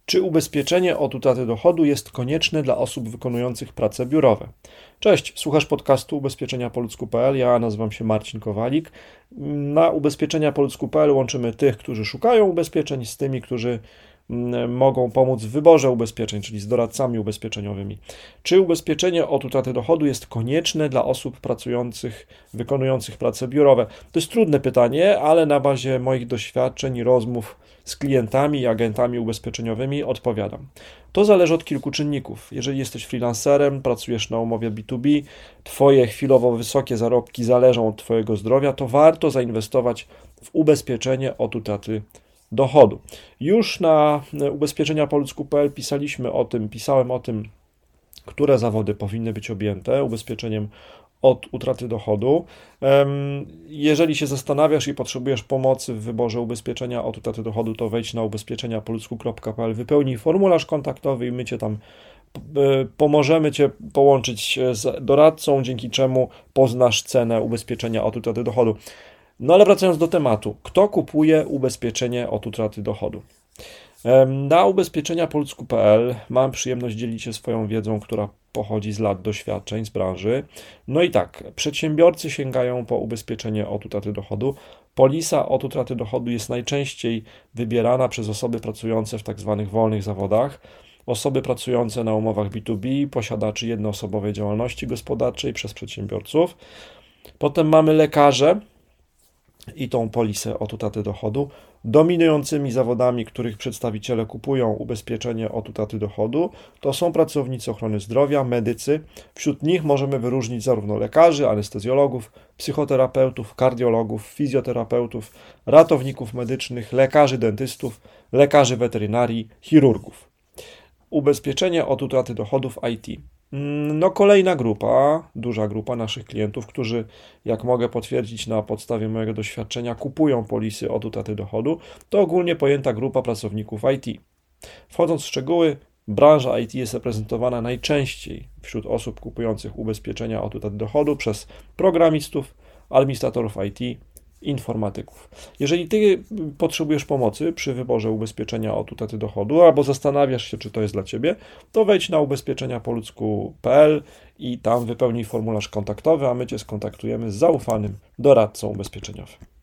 Czy ubezpieczenie od utraty dochodu jest konieczne dla osób wykonujących prace biurowe? Cześć, słuchasz podcastu ubezpieczeniapoludzku.pl. Ja nazywam się Marcin Kowalik. Na ubezpieczeniapoludzku.pl łączymy tych, którzy szukają ubezpieczeń, z tymi, którzy mogą pomóc w wyborze ubezpieczeń, czyli z doradcami ubezpieczeniowymi. Czy ubezpieczenie od utraty dochodu jest konieczne dla osób pracujących, wykonujących prace biurowe? To jest trudne pytanie, ale na bazie moich doświadczeń i rozmów z klientami i agentami ubezpieczeniowymi odpowiadam. To zależy od kilku czynników. Jeżeli jesteś freelancerem, pracujesz na umowie B2B, Twoje chwilowo wysokie zarobki zależą od Twojego zdrowia, to warto zainwestować w ubezpieczenie od utraty dochodu. Już na ubezpieczeniapoludzku.pl pisałem o tym, które zawody powinny być objęte ubezpieczeniem od utraty dochodu. Jeżeli się zastanawiasz i potrzebujesz pomocy w wyborze ubezpieczenia od utraty dochodu, to wejdź na ubezpieczeniapoludzku.pl, wypełnij formularz kontaktowy i my Cię tam pomożemy Cię połączyć z doradcą, dzięki czemu poznasz cenę ubezpieczenia od utraty dochodu. No ale wracając do tematu, kto kupuje ubezpieczenie od utraty dochodu? Na ubezpieczeniapoludzku.pl mam przyjemność dzielić się swoją wiedzą, która pochodzi z lat doświadczeń z branży. No i tak, przedsiębiorcy sięgają po ubezpieczenie od utraty dochodu. Polisa od utraty dochodu jest najczęściej wybierana przez osoby pracujące w tak zwanych wolnych zawodach, osoby pracujące na umowach B2B, posiadaczy jednoosobowej działalności gospodarczej przez przedsiębiorców. Potem mamy lekarze i tą polisę od utraty dochodu. Dominującymi zawodami, których przedstawiciele kupują ubezpieczenie od utraty dochodu, to są pracownicy ochrony zdrowia, medycy. Wśród nich możemy wyróżnić zarówno lekarzy, anestezjologów, psychoterapeutów, kardiologów, fizjoterapeutów, ratowników medycznych, lekarzy dentystów, lekarzy weterynarii, chirurgów. Ubezpieczenie od utraty dochodów IT. No kolejna grupa, duża grupa naszych klientów, którzy, jak mogę potwierdzić na podstawie mojego doświadczenia, kupują polisy od utraty dochodu, to ogólnie pojęta grupa pracowników IT. Wchodząc w szczegóły, branża IT jest reprezentowana najczęściej wśród osób kupujących ubezpieczenia od utraty dochodu przez programistów, administratorów IT, informatyków. Jeżeli Ty potrzebujesz pomocy przy wyborze ubezpieczenia od utraty dochodu albo zastanawiasz się, czy to jest dla Ciebie, to wejdź na ubezpieczeniapoludzku.pl i tam wypełnij formularz kontaktowy, a my Cię skontaktujemy z zaufanym doradcą ubezpieczeniowym.